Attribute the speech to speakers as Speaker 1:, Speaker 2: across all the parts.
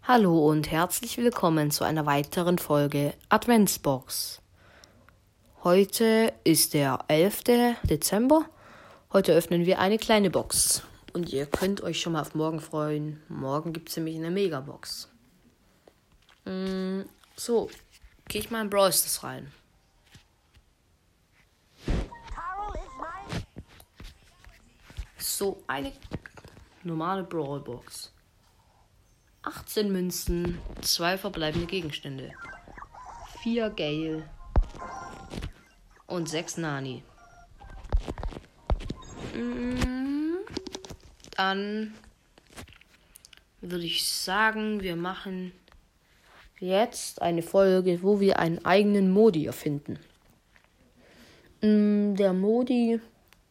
Speaker 1: Hallo und herzlich willkommen zu einer weiteren Folge Adventsbox. Heute ist der 11. Dezember. Heute öffnen wir eine kleine Box. Und ihr könnt euch schon mal auf morgen freuen. Morgen gibt es nämlich eine Megabox. So, gehe ich mal in Brawl Stars rein. So, eine normale Brawlbox. 18 Münzen, 2 verbleibende Gegenstände, 4 Gale und 6 Nani. Dann würde ich sagen, wir machen jetzt eine Folge, wo wir einen eigenen Modi erfinden. Der Modi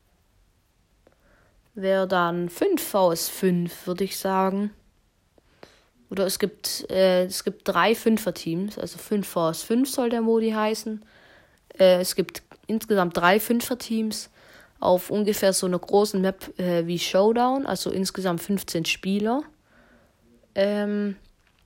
Speaker 1: wäre dann 5 vs 5, würde ich sagen. Oder es gibt 3 5er-Teams, also 5 vs 5 soll der Modi heißen. Es gibt insgesamt 3 5er-Teams auf ungefähr so einer großen Map wie Showdown, also insgesamt 15 Spieler. Und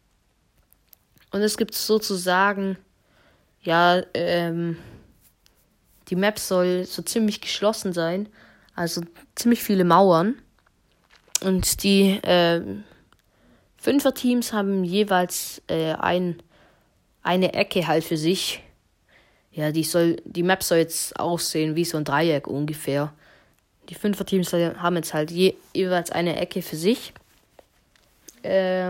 Speaker 1: es gibt sozusagen, die Map soll so ziemlich geschlossen sein, also ziemlich viele Mauern. Und die Fünfer-Teams haben jeweils eine Ecke halt für sich. Ja, die Map soll jetzt aussehen wie so ein Dreieck ungefähr. Die Fünfer-Teams haben jetzt halt jeweils eine Ecke für sich. Die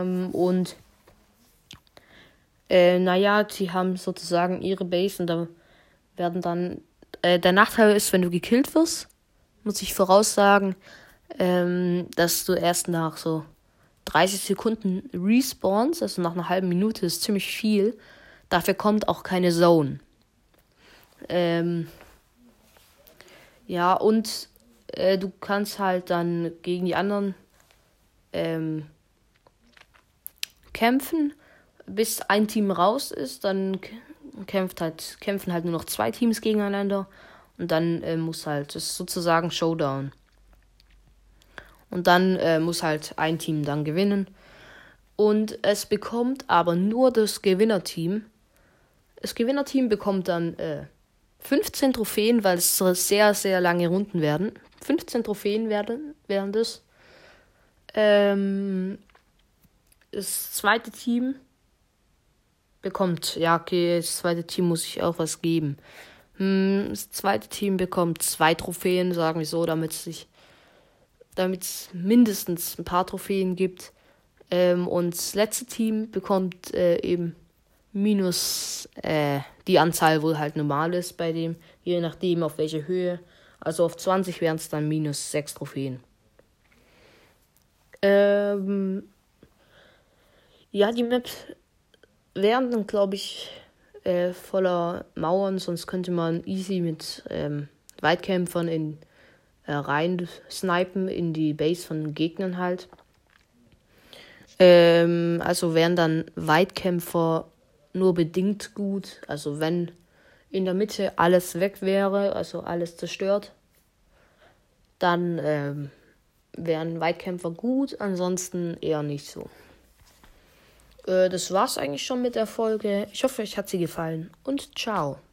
Speaker 1: haben sozusagen ihre Base und da werden dann... der Nachteil ist, wenn du gekillt wirst, muss ich voraussagen, dass du erst nach so 30 Sekunden respawnst, also nach einer halben Minute, ist ziemlich viel. Dafür kommt auch keine Zone. Du kannst halt dann gegen die anderen kämpfen, bis ein Team raus ist. Dann kämpfen halt nur noch 2 Teams gegeneinander und dann das ist sozusagen Showdown. Und dann muss halt ein Team dann gewinnen. Und es bekommt aber nur das Gewinnerteam. Das Gewinnerteam bekommt dann 15 Trophäen, weil es sehr, sehr lange Runden werden. 15 Trophäen werden das. Das zweite Team bekommt... das zweite Team muss ich auch was geben. Das zweite Team bekommt 2 Trophäen, sagen wir so, damit es mindestens ein paar Trophäen gibt. Und das letzte Team bekommt eben minus die Anzahl, wo halt normal ist bei dem, je nachdem auf welche Höhe. Also auf 20 wären es dann minus 6 Trophäen. Die Maps wären dann, glaube ich, voller Mauern, sonst könnte man easy mit Weitkämpfern rein snipen in die Base von Gegnern halt. Also wären dann Weitkämpfer nur bedingt gut. Also wenn in der Mitte alles weg wäre, also alles zerstört, dann wären Weitkämpfer gut, ansonsten eher nicht so. Das war's eigentlich schon mit der Folge. Ich hoffe, euch hat sie gefallen und ciao.